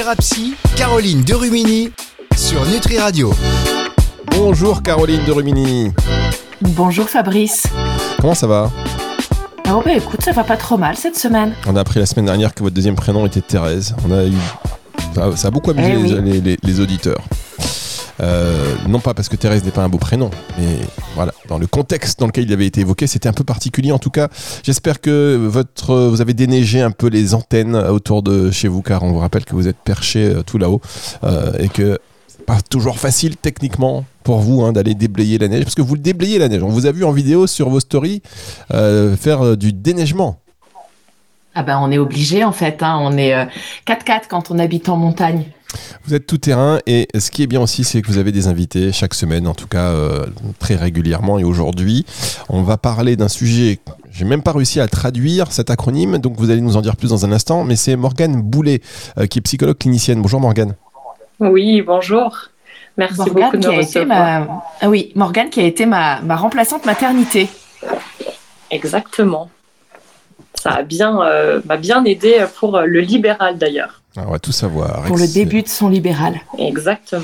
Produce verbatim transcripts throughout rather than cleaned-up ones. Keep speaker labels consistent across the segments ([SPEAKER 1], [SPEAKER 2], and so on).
[SPEAKER 1] Thérapie, Caroline Derumini sur Nutri Radio.
[SPEAKER 2] Bonjour Caroline Derumini.
[SPEAKER 3] Bonjour Fabrice.
[SPEAKER 2] Comment ça va ?
[SPEAKER 3] Oh bah écoute, ça va pas trop mal cette semaine.
[SPEAKER 2] On a appris la semaine dernière que votre deuxième prénom était Thérèse. On a eu... ça, ça a beaucoup amusé
[SPEAKER 3] Eh
[SPEAKER 2] les,
[SPEAKER 3] oui.
[SPEAKER 2] les, les, les auditeurs. Euh, non pas parce que Thérèse n'est pas un beau prénom, mais voilà, dans le contexte dans lequel il avait été évoqué, c'était un peu particulier. En tout cas, j'espère que votre, vous avez déneigé un peu les antennes autour de chez vous, car on vous rappelle que vous êtes perché euh, tout là-haut euh, et que c'est pas toujours facile techniquement pour vous hein, d'aller déblayer la neige, parce que vous le déblayez la neige. On vous a vu en vidéo sur vos stories euh, faire euh, du déneigement.
[SPEAKER 3] Ah bah on est obligé en fait, hein. On est euh, quatre quatre quand on habite en montagne.
[SPEAKER 2] Vous êtes tout terrain et ce qui est bien aussi, c'est que vous avez des invités chaque semaine, en tout cas euh, très régulièrement. Et aujourd'hui, on va parler d'un sujet, j'ai même pas réussi à traduire cet acronyme, donc vous allez nous en dire plus dans un instant, mais c'est Morgane Boulet, euh, qui est psychologue clinicienne. Bonjour Morgane.
[SPEAKER 4] Oui, bonjour. Merci
[SPEAKER 3] Morgane
[SPEAKER 4] beaucoup de
[SPEAKER 3] qui
[SPEAKER 4] me
[SPEAKER 3] a été
[SPEAKER 4] recevoir.
[SPEAKER 3] ma... ah oui, Morgane qui a été ma, ma remplaçante maternité.
[SPEAKER 4] Exactement. Ça a bien, euh, m'a bien aidé pour le libéral d'ailleurs.
[SPEAKER 2] Alors, on va tout savoir.
[SPEAKER 3] Pour le
[SPEAKER 2] Excellent.
[SPEAKER 3] début de son libéral.
[SPEAKER 4] Exactement.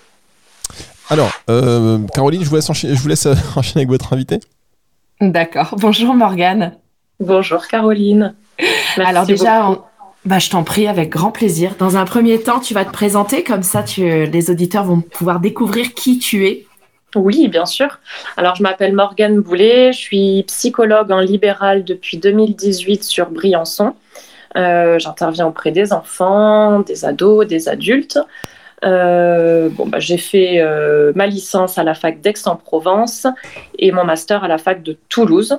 [SPEAKER 2] Alors, euh, Caroline, je vous laisse enchaîner, je vous laisse euh, enchaîner avec votre invité.
[SPEAKER 3] D'accord. Bonjour Morgane.
[SPEAKER 4] Bonjour Caroline. Merci
[SPEAKER 3] Alors déjà,
[SPEAKER 4] beaucoup.
[SPEAKER 3] on- bah, je t'en prie avec grand plaisir. Dans un premier temps, tu vas te présenter, comme ça tu... les auditeurs vont pouvoir découvrir qui tu es.
[SPEAKER 4] Oui, bien sûr. Alors, je m'appelle Morgane Boulet, je suis psychologue en libéral depuis deux mille dix-huit sur Briançon. Euh, j'interviens auprès des enfants, des ados, des adultes. Euh, bon, bah, j'ai fait euh, ma licence à la fac d'Aix-en-Provence et mon master à la fac de Toulouse.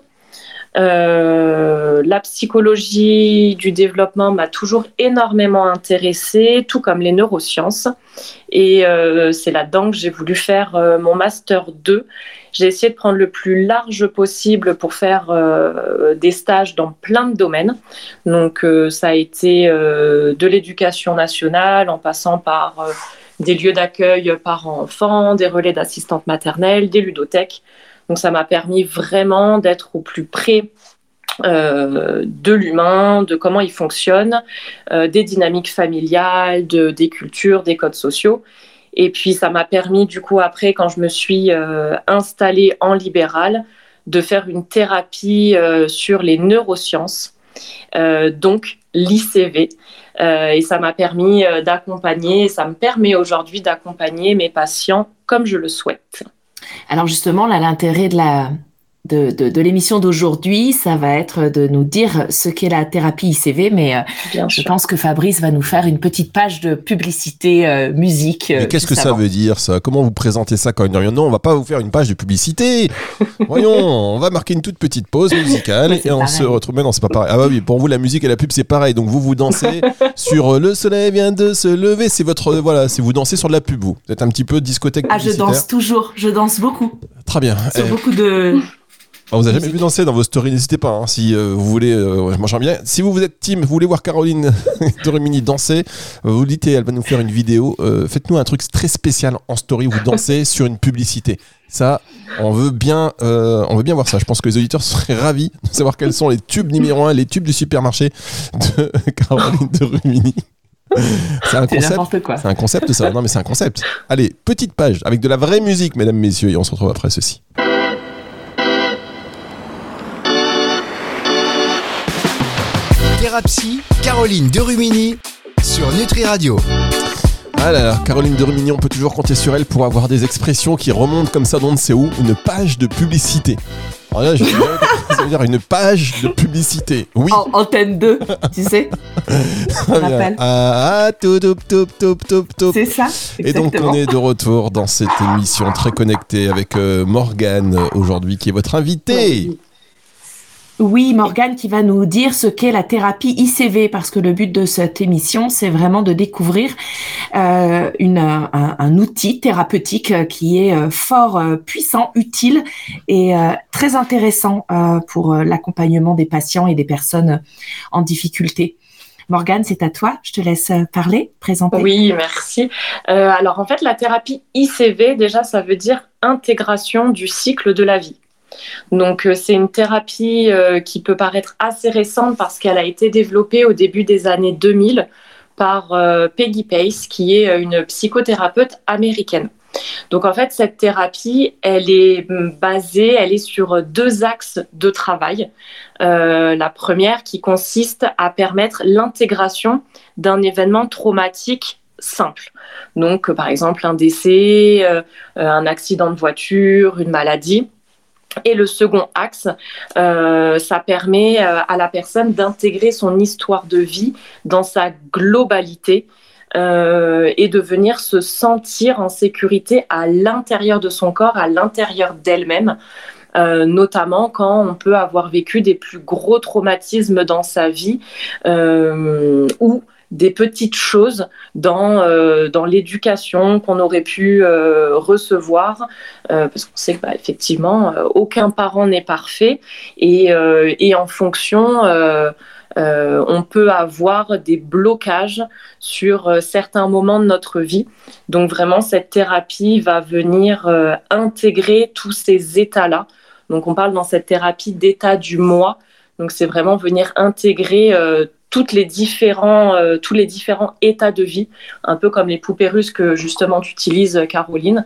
[SPEAKER 4] Euh, la psychologie du développement m'a toujours énormément intéressée, tout comme les neurosciences. Et euh, c'est là-dedans que j'ai voulu faire euh, mon master deux. J'ai essayé de prendre le plus large possible pour faire euh, des stages dans plein de domaines. Donc euh, ça a été euh, de l'éducation nationale, en passant par euh, des lieux d'accueil parents-enfants, des relais d'assistantes maternelles, des ludothèques. Donc ça m'a permis vraiment d'être au plus près euh, de l'humain, de comment il fonctionne, euh, des dynamiques familiales, de, des cultures, des codes sociaux. Et puis ça m'a permis du coup après, quand je me suis euh, installée en libéral, de faire une thérapie euh, sur les neurosciences, euh, donc l'I C V. Euh, et ça m'a permis euh, d'accompagner, ça me permet aujourd'hui d'accompagner mes patients comme je le souhaite.
[SPEAKER 3] Alors justement, là, l'intérêt de la de, de, de l'émission d'aujourd'hui, ça va être de nous dire ce qu'est la thérapie I C V, mais euh,
[SPEAKER 4] Bien
[SPEAKER 3] je
[SPEAKER 4] sûr.
[SPEAKER 3] pense que Fabrice va nous faire une petite page de publicité euh, musique. euh,
[SPEAKER 2] Mais qu'est-ce que
[SPEAKER 3] juste
[SPEAKER 2] ça
[SPEAKER 3] avant.
[SPEAKER 2] veut dire ça ? Comment vous présentez ça quand il Non, on va pas vous faire une page de publicité. Voyons, on va marquer une toute petite pause musicale
[SPEAKER 3] Mais c'est
[SPEAKER 2] et on
[SPEAKER 3] pareil.
[SPEAKER 2] se retrouve. Mais non, c'est pas pareil. Ah bah oui, pour vous la musique et la pub c'est pareil. Donc vous vous dansez sur euh, le soleil vient de se lever. C'est votre euh, voilà, c'est vous dansez sur de la pub. Vous, vous êtes un petit peu discothèque
[SPEAKER 3] Ah, je
[SPEAKER 2] publicitaire.
[SPEAKER 3] danse toujours, je danse beaucoup,
[SPEAKER 2] Très bien.
[SPEAKER 3] sur
[SPEAKER 2] Eh,
[SPEAKER 3] beaucoup de...
[SPEAKER 2] on vous a jamais
[SPEAKER 3] musique.
[SPEAKER 2] vu danser dans vos stories, n'hésitez pas. hein, si euh, vous voulez, euh, moi j'aime bien. Si vous vous êtes team, vous voulez voir Caroline Derumini danser, euh, vous dites elle va nous faire une vidéo. Euh, faites-nous un truc très spécial en story où vous dansez sur une publicité. Ça, on veut bien, euh, on veut bien voir ça. Je pense que les auditeurs seraient ravis de savoir quels sont les tubes numéro un, les tubes du supermarché de Caroline Derumini. C'est un
[SPEAKER 3] C'est
[SPEAKER 2] concept.
[SPEAKER 3] n'importe quoi.
[SPEAKER 2] C'est un concept ça. Non mais c'est un concept. Allez, petite page avec de la vraie musique, mesdames, messieurs, et on se retrouve après ceci.
[SPEAKER 1] Thérapie, Caroline Derumini sur Nutri Radio.
[SPEAKER 2] Ah là là, Caroline Derumini, on peut toujours compter sur elle pour avoir des expressions qui remontent comme ça d'on ne sait où. Une page de publicité. Alors là, je dirais, ça veut dire une page de publicité. Oui.
[SPEAKER 3] En, antenne deux, tu sais,
[SPEAKER 2] Très bien.
[SPEAKER 3] rappelle.
[SPEAKER 2] Ah, ah, tout, tout, tout, tout, tout, tout.
[SPEAKER 3] c'est ça,
[SPEAKER 2] Et donc
[SPEAKER 3] exactement.
[SPEAKER 2] on est de retour dans cette émission très connectée avec euh, Morgane euh, aujourd'hui qui est votre invitée.
[SPEAKER 3] Oui, Morgane qui va nous dire ce qu'est la thérapie I C V, parce que le but de cette émission, c'est vraiment de découvrir euh, une, un, un outil thérapeutique euh, qui est euh, fort euh, puissant, utile et euh, très intéressant euh, pour euh, l'accompagnement des patients et des personnes en difficulté. Morgane, c'est à toi. Je te laisse parler, présenter.
[SPEAKER 4] Oui, merci. Euh, alors en fait, la thérapie I C V, déjà, ça veut dire intégration du cycle de la vie. Donc euh, c'est une thérapie euh, qui peut paraître assez récente parce qu'elle a été développée au début des années deux mille par euh, Peggy Pace, qui est une psychothérapeute américaine. Donc en fait, cette thérapie, elle est basée, elle est sur deux axes de travail. Euh, la première qui consiste à permettre l'intégration d'un événement traumatique simple. Donc par exemple un décès, euh, un accident de voiture, une maladie. Et le second axe, euh, ça permet à la personne d'intégrer son histoire de vie dans sa globalité, Euh, et de venir se sentir en sécurité à l'intérieur de son corps, à l'intérieur d'elle-même, euh, notamment quand on peut avoir vécu des plus gros traumatismes dans sa vie euh, ou des petites choses dans, euh, dans l'éducation qu'on aurait pu euh, recevoir, euh, parce qu'on sait qu'effectivement, bah, aucun parent n'est parfait, et, euh, et en fonction... Euh, Euh, on peut avoir des blocages sur euh, certains moments de notre vie. Donc vraiment, cette thérapie va venir euh, intégrer tous ces états-là. Donc on parle dans cette thérapie d'état du moi. Donc c'est vraiment venir intégrer euh, toutes les différents, euh, tous les différents états de vie, un peu comme les poupées russes que justement tu utilises, Caroline,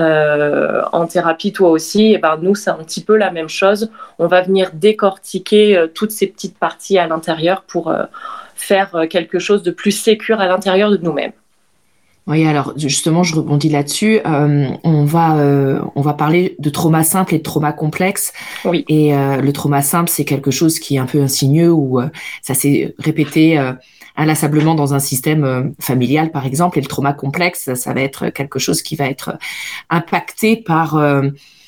[SPEAKER 4] euh, en thérapie toi aussi. Et ben nous, c'est un petit peu la même chose. On va venir décortiquer euh, toutes ces petites parties à l'intérieur pour euh, faire euh, quelque chose de plus sécure à l'intérieur de nous-mêmes.
[SPEAKER 3] Oui, alors justement, je rebondis là-dessus. Euh, on va euh, on va parler de trauma simple et de trauma complexe.
[SPEAKER 4] Oui.
[SPEAKER 3] Et euh, le trauma simple, c'est quelque chose qui est un peu insinueux, où euh, ça s'est répété euh, inlassablement dans un système euh, familial, par exemple. Et le trauma complexe, ça, ça va être quelque chose qui va être impacté par euh,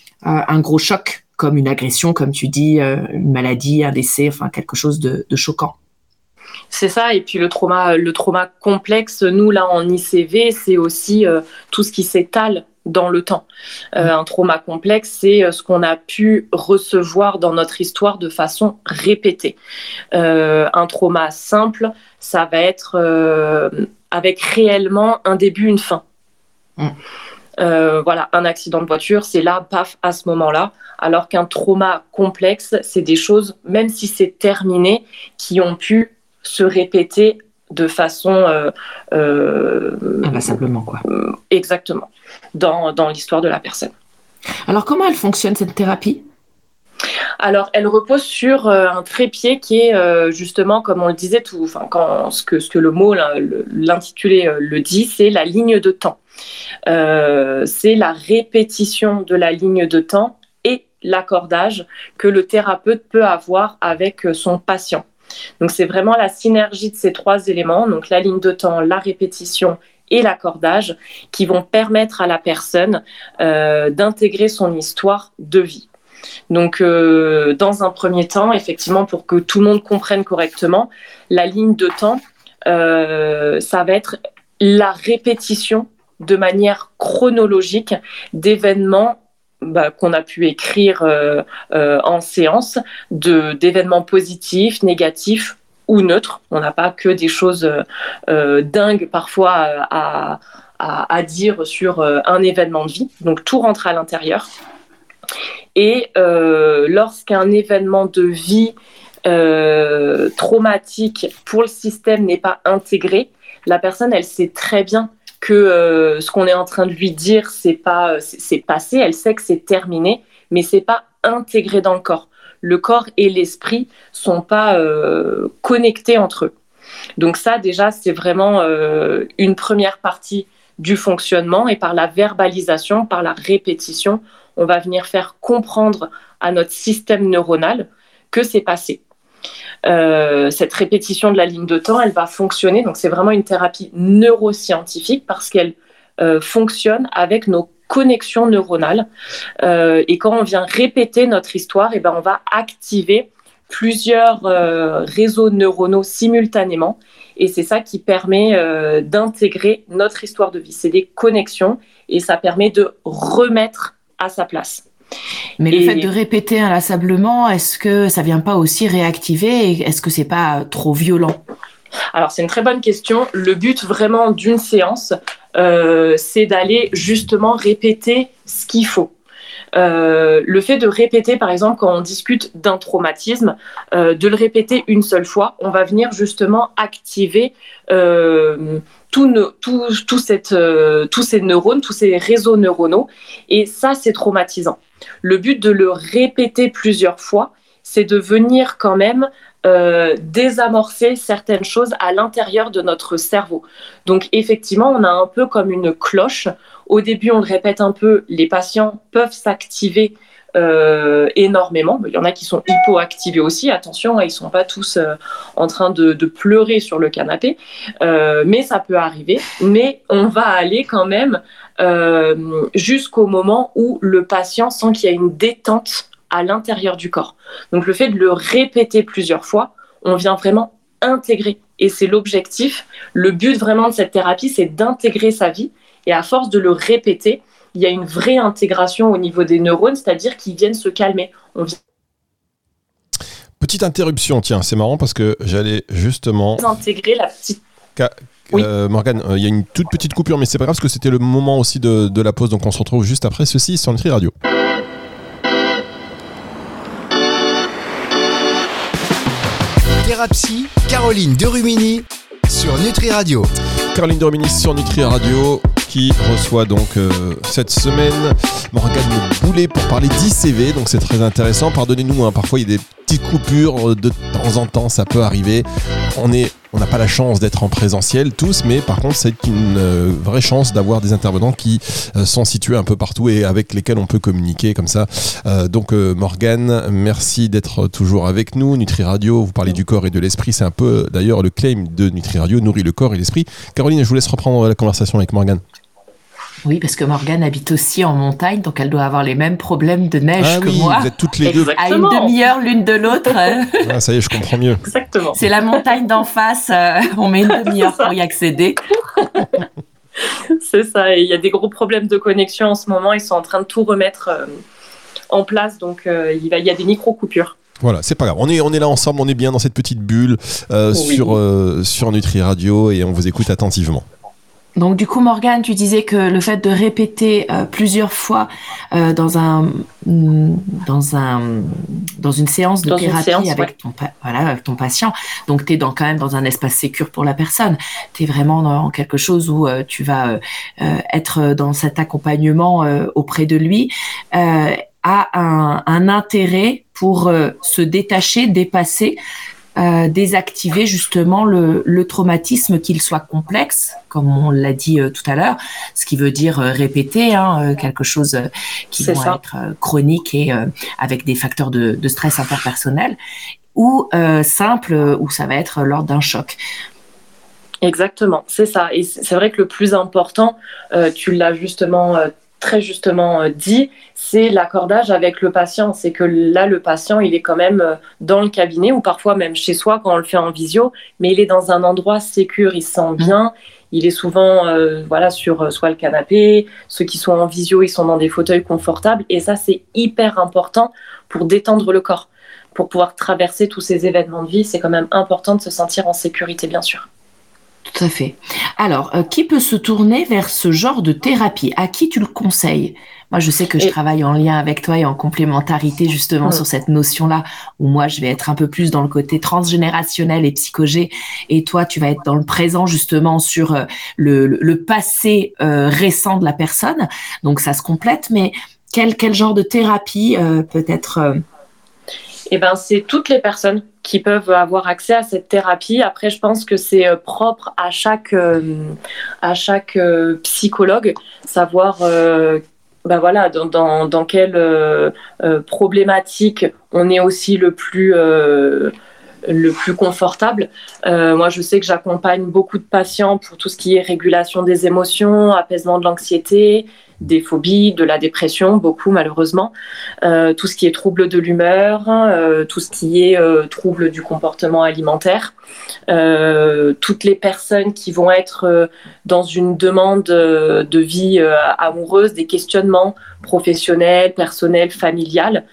[SPEAKER 3] un gros choc, comme une agression, comme tu dis, euh, une maladie, un décès, enfin quelque chose de, de choquant.
[SPEAKER 4] C'est ça, et puis le trauma, le trauma complexe, nous là en I C V, c'est aussi euh, tout ce qui s'étale dans le temps. Euh, mmh. Un trauma complexe, c'est euh, ce qu'on a pu recevoir dans notre histoire de façon répétée. Euh, un trauma simple, ça va être euh, avec réellement un début, une fin. Mmh. Euh, voilà, un accident de voiture, c'est là, paf, à ce moment-là. Alors qu'un trauma complexe, c'est des choses, même si c'est terminé, qui ont pu se répéter de façon euh, euh,
[SPEAKER 3] inlassablement, quoi.
[SPEAKER 4] Euh, exactement, dans, dans l'histoire de la personne.
[SPEAKER 3] Alors, comment elle fonctionne, cette thérapie ?
[SPEAKER 4] Alors, elle repose sur euh, un trépied qui est euh, justement, comme on le disait, tout, enfin, quand, ce, que, ce que le mot, l'intitulé euh, le dit, c'est la ligne de temps. Euh, c'est la répétition de la ligne de temps et l'accordage que le thérapeute peut avoir avec son patient. Donc, c'est vraiment la synergie de ces trois éléments, donc la ligne de temps, la répétition et l'accordage, qui vont permettre à la personne euh, d'intégrer son histoire de vie. Donc, euh, dans un premier temps, effectivement, pour que tout le monde comprenne correctement, la ligne de temps, euh, ça va être la répétition de manière chronologique d'événements Bah, qu'on a pu écrire euh, euh, en séance, de, d'événements positifs, négatifs ou neutres. On n'a pas que des choses euh, dingues parfois à, à, à dire sur euh, un événement de vie. Donc tout rentre à l'intérieur. Et euh, lorsqu'un événement de vie euh, traumatique pour le système n'est pas intégré, la personne, elle sait très bien que euh, ce qu'on est en train de lui dire, c'est pas, c'est, c'est passé, elle sait que c'est terminé, mais c'est pas intégré dans le corps. Le corps et l'esprit sont pas euh, connectés entre eux. Donc ça, déjà, c'est vraiment euh, une première partie du fonctionnement, et par la verbalisation, par la répétition, on va venir faire comprendre à notre système neuronal que c'est passé. Euh, cette répétition de la ligne de temps, elle va fonctionner, donc c'est vraiment une thérapie neuroscientifique parce qu'elle euh, fonctionne avec nos connexions neuronales, euh, et quand on vient répéter notre histoire, et ben on va activer plusieurs euh, réseaux neuronaux simultanément, et c'est ça qui permet euh, d'intégrer notre histoire de vie. C'est des connexions, et ça permet de remettre à sa place.
[SPEAKER 3] Mais et... le fait de répéter inlassablement, est-ce que ça vient pas aussi réactiver? Est-ce que c'est pas trop violent?
[SPEAKER 4] Alors, c'est une très bonne question. Le but vraiment d'une séance, euh, c'est d'aller justement répéter ce qu'il faut. Euh, le fait de répéter, par exemple, quand on discute d'un traumatisme, euh, de le répéter une seule fois, on va venir justement activer euh, tout ne, tout, tout cette, euh, tous ces neurones, tous ces réseaux neuronaux. Et ça, c'est traumatisant. Le but de le répéter plusieurs fois, c'est de venir quand même euh, désamorcer certaines choses à l'intérieur de notre cerveau. Donc effectivement, on a un peu comme une cloche. Au début, on le répète un peu, les patients peuvent s'activer euh, énormément. Il y en a qui sont hypoactivés aussi. Attention, ils ne sont pas tous euh, en train de, de pleurer sur le canapé, euh, mais ça peut arriver. Mais on va aller quand même euh, jusqu'au moment où le patient sent qu'il y a une détente à l'intérieur du corps. Donc le fait de le répéter plusieurs fois, on vient vraiment intégrer. Et c'est l'objectif. Le but vraiment de cette thérapie, c'est d'intégrer sa vie. Et à force de le répéter, il y a une vraie intégration au niveau des neurones, c'est-à-dire qu'ils viennent se calmer. On vient...
[SPEAKER 2] Petite interruption, tiens, c'est marrant parce que j'allais justement...
[SPEAKER 4] intégrer la petite...
[SPEAKER 2] Ca-
[SPEAKER 4] Oui.
[SPEAKER 2] Euh, Morgane, il euh, y a une toute petite coupure, mais c'est pas grave parce que c'était le moment aussi de, de la pause. Donc on se retrouve juste après ceci sur Nutri Radio.
[SPEAKER 1] Thérapie, Caroline Derumini sur Nutri Radio.
[SPEAKER 2] Caroline Derumini sur Nutri Radio qui reçoit donc euh, cette semaine Morgane Boulet pour parler d'I C V. Donc c'est très intéressant. Pardonnez-nous, hein, parfois il y a des petites coupures de temps en temps, ça peut arriver. On est On n'a pas la chance d'être en présentiel tous, mais par contre c'est une euh, vraie chance d'avoir des intervenants qui euh, sont situés un peu partout et avec lesquels on peut communiquer comme ça. Euh, donc euh, Morgane, merci d'être toujours avec nous. Nutri Radio, vous parlez du corps et de l'esprit, c'est un peu d'ailleurs le claim de Nutri Radio, nourrit le corps et l'esprit. Caroline, je vous laisse reprendre la conversation avec Morgane.
[SPEAKER 3] Oui, parce que Morgane habite aussi en montagne, donc elle doit avoir les mêmes problèmes de neige
[SPEAKER 2] ah
[SPEAKER 3] que
[SPEAKER 2] oui,
[SPEAKER 3] moi.
[SPEAKER 2] Vous êtes toutes les deux.
[SPEAKER 3] À une demi-heure l'une de l'autre.
[SPEAKER 2] Ah, ça y est, je comprends mieux.
[SPEAKER 4] Exactement.
[SPEAKER 3] C'est la montagne d'en face, euh, on met une demi-heure pour y accéder.
[SPEAKER 4] C'est ça, et il y a des gros problèmes de connexion en ce moment, ils sont en train de tout remettre euh, en place, donc euh, il, va, il y a des micro-coupures.
[SPEAKER 2] Voilà, c'est pas grave. On est, on est là ensemble, on est bien dans cette petite bulle euh, oui. sur, euh, sur Nutri Radio et on vous écoute attentivement.
[SPEAKER 3] Donc du coup, Morgane, tu disais que le fait de répéter euh, plusieurs fois euh, dans un dans un dans une séance de
[SPEAKER 4] dans
[SPEAKER 3] thérapie
[SPEAKER 4] séance,
[SPEAKER 3] avec
[SPEAKER 4] ouais.
[SPEAKER 3] ton voilà avec ton patient, donc tu es dans quand même dans un espace sécure pour la personne. Tu es vraiment dans quelque chose où euh, tu vas euh, être dans cet accompagnement euh, auprès de lui. Euh, a un, un intérêt pour euh, se détacher, dépasser. Euh, désactiver justement le, le traumatisme, qu'il soit complexe, comme on l'a dit euh, tout à l'heure, ce qui veut dire euh, répéter, hein, euh, quelque chose euh, qui
[SPEAKER 4] C'est
[SPEAKER 3] va
[SPEAKER 4] ça.
[SPEAKER 3] être euh, chronique et euh, avec des facteurs de, de stress interpersonnel, ou euh, simple, euh, où ça va être lors d'un choc.
[SPEAKER 4] Exactement, c'est ça. Et c'est vrai que le plus important, euh, tu l'as justement euh, très justement euh, dit, c'est l'accordage avec le patient. C'est que là, le patient, il est quand même euh, dans le cabinet ou parfois même chez soi quand on le fait en visio, mais il est dans un endroit sécure, il se sent bien. Il est souvent euh, voilà, sur euh, soit le canapé, ceux qui sont en visio, ils sont dans des fauteuils confortables. Et ça, c'est hyper important pour détendre le corps. Pour pouvoir traverser tous ces événements de vie, c'est quand même important de se sentir en sécurité, bien sûr.
[SPEAKER 3] Tout à fait. Alors, euh, qui peut se tourner vers ce genre de thérapie ? À qui tu le conseilles ? Moi, je sais que je et... travaille en lien avec toi et en complémentarité justement mmh. sur cette notion-là, où moi, je vais être un peu plus dans le côté transgénérationnel et psychogé, et toi, tu vas être dans le présent justement sur euh, le, le passé euh, récent de la personne. Donc, ça se complète, mais quel, quel genre de thérapie euh, peut être... Euh...
[SPEAKER 4] Eh ben, c'est toutes les personnes qui peuvent avoir accès à cette thérapie. Après, je pense que c'est propre à chaque, euh, à chaque euh, psychologue, savoir euh, ben voilà, dans, dans, dans quelle euh, euh, problématique on est aussi le plus, euh, le plus confortable. Euh, moi, je sais que j'accompagne beaucoup de patients pour tout ce qui est régulation des émotions, apaisement de l'anxiété, des phobies, de la dépression, beaucoup malheureusement, euh, tout ce qui est trouble de l'humeur, euh, tout ce qui est euh, trouble du comportement alimentaire, euh, toutes les personnes qui vont être euh, dans une demande euh, de vie euh, amoureuse, des questionnements professionnels, personnels, familiales.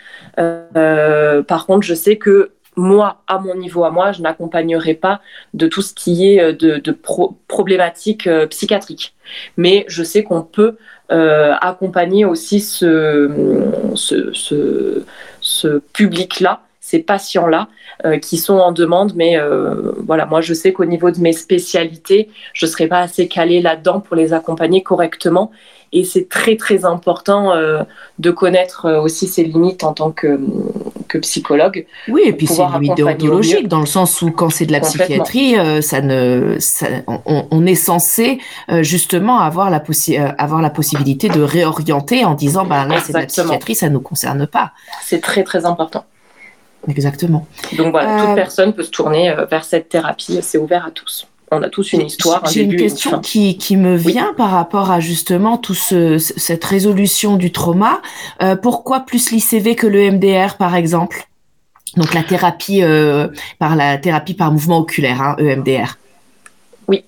[SPEAKER 4] Euh, par contre, je sais que moi, à mon niveau, à moi, je n'accompagnerai pas de tout ce qui est de, de pro- problématiques euh, psychiatriques. Mais je sais qu'on peut euh, accompagner aussi ce, ce, ce, ce public-là, ces patients-là euh, qui sont en demande. Mais euh, voilà, moi, je sais qu'au niveau de mes spécialités, je ne serai pas assez calée là-dedans pour les accompagner correctement. Et c'est très, très important euh, de connaître euh, aussi ses limites en tant que, que psychologue.
[SPEAKER 3] Oui, et puis c'est une limite déontologique, dans le sens où quand c'est de la psychiatrie, euh, ça ne, ça, on, on est censé euh, justement avoir la, possi- euh, avoir la possibilité de réorienter en disant bah, là, c'est de la psychiatrie, ça ne nous concerne pas.
[SPEAKER 4] C'est très, très important.
[SPEAKER 3] Exactement.
[SPEAKER 4] Donc voilà,
[SPEAKER 3] euh...
[SPEAKER 4] toute personne peut se tourner vers cette thérapie, c'est ouvert à tous. On a tous une histoire, un
[SPEAKER 3] J'ai
[SPEAKER 4] début
[SPEAKER 3] une question
[SPEAKER 4] et une fin.
[SPEAKER 3] qui, qui me vient oui. par rapport à justement tout ce, cette résolution du trauma. Euh, pourquoi plus l'I C V que le M D R, par exemple? Donc la thérapie euh, par la thérapie par mouvement oculaire, hein, E M D R.
[SPEAKER 4] Oui.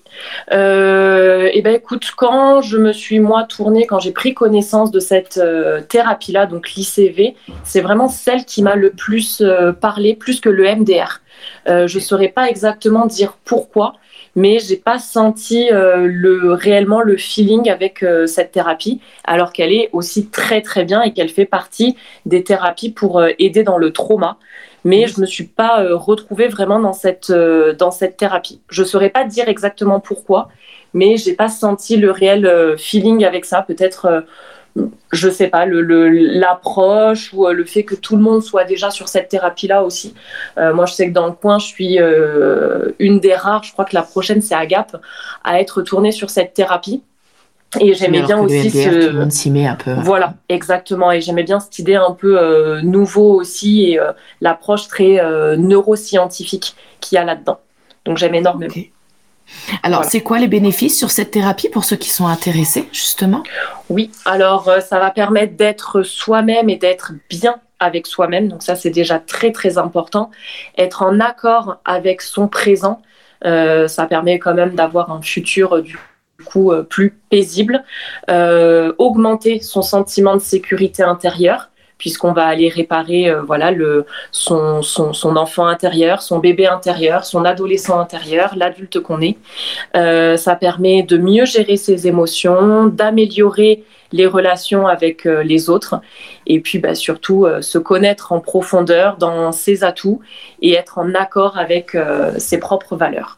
[SPEAKER 4] Euh, et ben écoute, quand je me suis moi tournée, quand j'ai pris connaissance de cette euh, thérapie-là, donc l'I C V, c'est vraiment celle qui m'a le plus euh, parlé, plus que le M D R. Euh, je saurais pas exactement dire pourquoi, mais j'ai pas senti euh, le, réellement le feeling avec euh, cette thérapie, alors qu'elle est aussi très très bien et qu'elle fait partie des thérapies pour euh, aider dans le trauma. Mais je me suis pas euh, retrouvée vraiment dans cette, euh, dans cette thérapie. Je saurais pas dire exactement pourquoi, mais j'ai pas senti le réel euh, feeling avec ça. Peut-être, euh, je sais pas, le, le, l'approche ou euh, le fait que tout le monde soit déjà sur cette thérapie-là aussi. Euh, moi, je sais que dans le coin, je suis euh, une des rares, je crois que la prochaine, c'est Agap, à être tournée sur cette thérapie. Et j'aimais
[SPEAKER 3] alors
[SPEAKER 4] bien
[SPEAKER 3] que
[SPEAKER 4] aussi
[SPEAKER 3] le M D R,
[SPEAKER 4] ce...
[SPEAKER 3] tout le monde s'y met un peu.
[SPEAKER 4] Voilà, exactement. Et j'aimais bien cette idée un peu euh, nouveau aussi et euh, l'approche très euh, neuroscientifique qu'il y a là-dedans. Donc j'aime énormément. Okay.
[SPEAKER 3] Alors,
[SPEAKER 4] voilà.
[SPEAKER 3] C'est quoi les bénéfices sur cette thérapie pour ceux qui sont intéressés, justement?
[SPEAKER 4] Oui, alors euh, ça va permettre d'être soi-même et d'être bien avec soi-même. Donc ça, c'est déjà très, très important. Être en accord avec son présent, euh, ça permet quand même d'avoir un futur euh, du coup euh, plus paisible, euh, augmenter son sentiment de sécurité intérieure, puisqu'on va aller réparer euh, voilà, le, son, son, son enfant intérieur, son bébé intérieur, son adolescent intérieur, l'adulte qu'on est. Euh, ça permet de mieux gérer ses émotions, d'améliorer les relations avec euh, les autres, et puis bah, surtout euh, se connaître en profondeur dans ses atouts et être en accord avec euh, ses propres valeurs.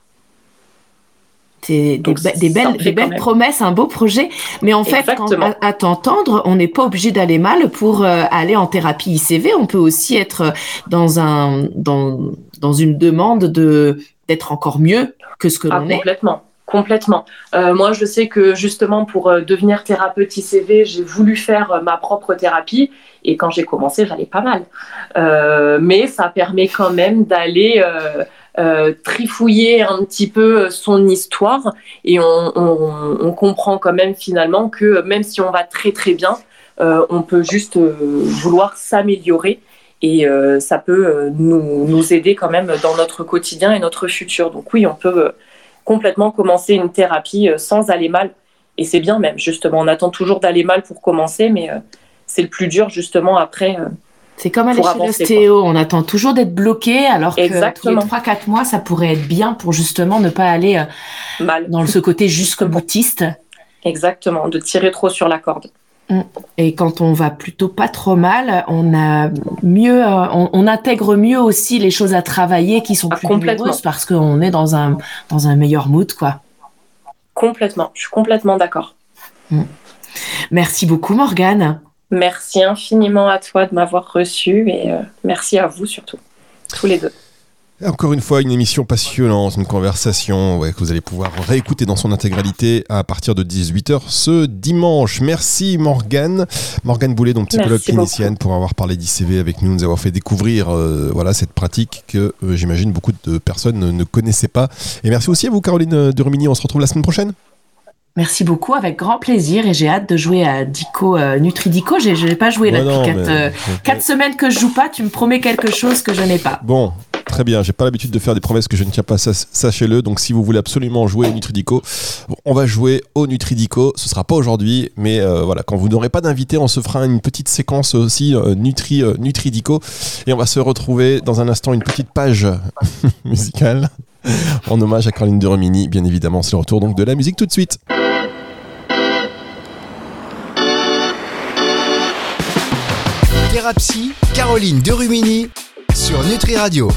[SPEAKER 3] C'est des, be- des belles, des belles promesses, un beau projet. Mais en fait, quand, à, à t'entendre, on n'est pas obligé d'aller mal pour euh, aller en thérapie I C V. On peut aussi être dans un, dans, dans une demande de, d'être encore mieux que ce que
[SPEAKER 4] ah,
[SPEAKER 3] l'on est.
[SPEAKER 4] Complètement. Complètement. Euh, moi, je sais que justement, pour euh, devenir thérapeute I C V, j'ai voulu faire euh, ma propre thérapie. Et quand j'ai commencé, j'allais pas mal. Euh, mais ça permet quand même d'aller... Euh, Euh, trifouiller un petit peu son histoire et on, on, on comprend quand même finalement que même si on va très très bien, euh, on peut juste euh, vouloir s'améliorer et euh, ça peut euh, nous, nous aider quand même dans notre quotidien et notre futur. Donc oui, on peut euh, complètement commencer une thérapie euh, sans aller mal et c'est bien même justement. On attend toujours d'aller mal pour commencer, mais euh, c'est le plus dur justement après. Euh,
[SPEAKER 3] C'est comme aller chez l'ostéo, on attend toujours d'être bloqué, alors que Exactement. tous les trois quatre mois, ça pourrait être bien pour justement ne pas aller euh,
[SPEAKER 4] mal
[SPEAKER 3] dans ce côté jusqu'au boutiste.
[SPEAKER 4] Exactement, de tirer trop sur la corde.
[SPEAKER 3] Et quand on va plutôt pas trop mal, on a mieux, euh, on, on intègre mieux aussi les choses à travailler qui sont
[SPEAKER 4] ah,
[SPEAKER 3] plus douloureuses parce qu'on est dans un dans un meilleur mood, quoi.
[SPEAKER 4] Complètement, je suis complètement d'accord.
[SPEAKER 3] Merci beaucoup, Morgane.
[SPEAKER 4] Merci infiniment à toi de m'avoir reçu et euh, merci à vous surtout, tous les deux.
[SPEAKER 2] Encore une fois, une émission passionnante, une conversation ouais, que vous allez pouvoir réécouter dans son intégralité à partir de dix-huit heures ce dimanche. Merci Morgane. Morgane Boulet, donc psychologue
[SPEAKER 4] Merci
[SPEAKER 2] clinicienne,
[SPEAKER 4] beaucoup.
[SPEAKER 2] pour avoir parlé d'I C V avec nous, nous avoir fait découvrir euh, voilà, cette pratique que euh, j'imagine beaucoup de personnes ne, ne connaissaient pas. Et merci aussi à vous Caroline de Rumini, on se retrouve la semaine prochaine.
[SPEAKER 3] Merci beaucoup, avec grand plaisir, et j'ai hâte de jouer à Dico, euh, Nutridico. J'ai, je n'ai pas joué là
[SPEAKER 2] ouais,
[SPEAKER 3] depuis
[SPEAKER 2] non,
[SPEAKER 3] quatre,
[SPEAKER 2] mais...
[SPEAKER 3] euh, quatre semaines que je joue pas. Tu me promets quelque chose que je n'ai pas.
[SPEAKER 2] Bon, très bien. J'ai pas l'habitude de faire des promesses que je ne tiens pas, sachez-le. Donc, si vous voulez absolument jouer au Nutridico, on va jouer au Nutridico. Ce sera pas aujourd'hui, mais euh, voilà, quand vous n'aurez pas d'invité, on se fera une petite séquence aussi euh, Nutri, euh, Nutridico, et on va se retrouver dans un instant, une petite page musicale en hommage à Caroline de Rumini. Bien évidemment, c'est le retour donc de la musique tout de suite.
[SPEAKER 1] Thérapie, Caroline Derumini sur Nutri Radio.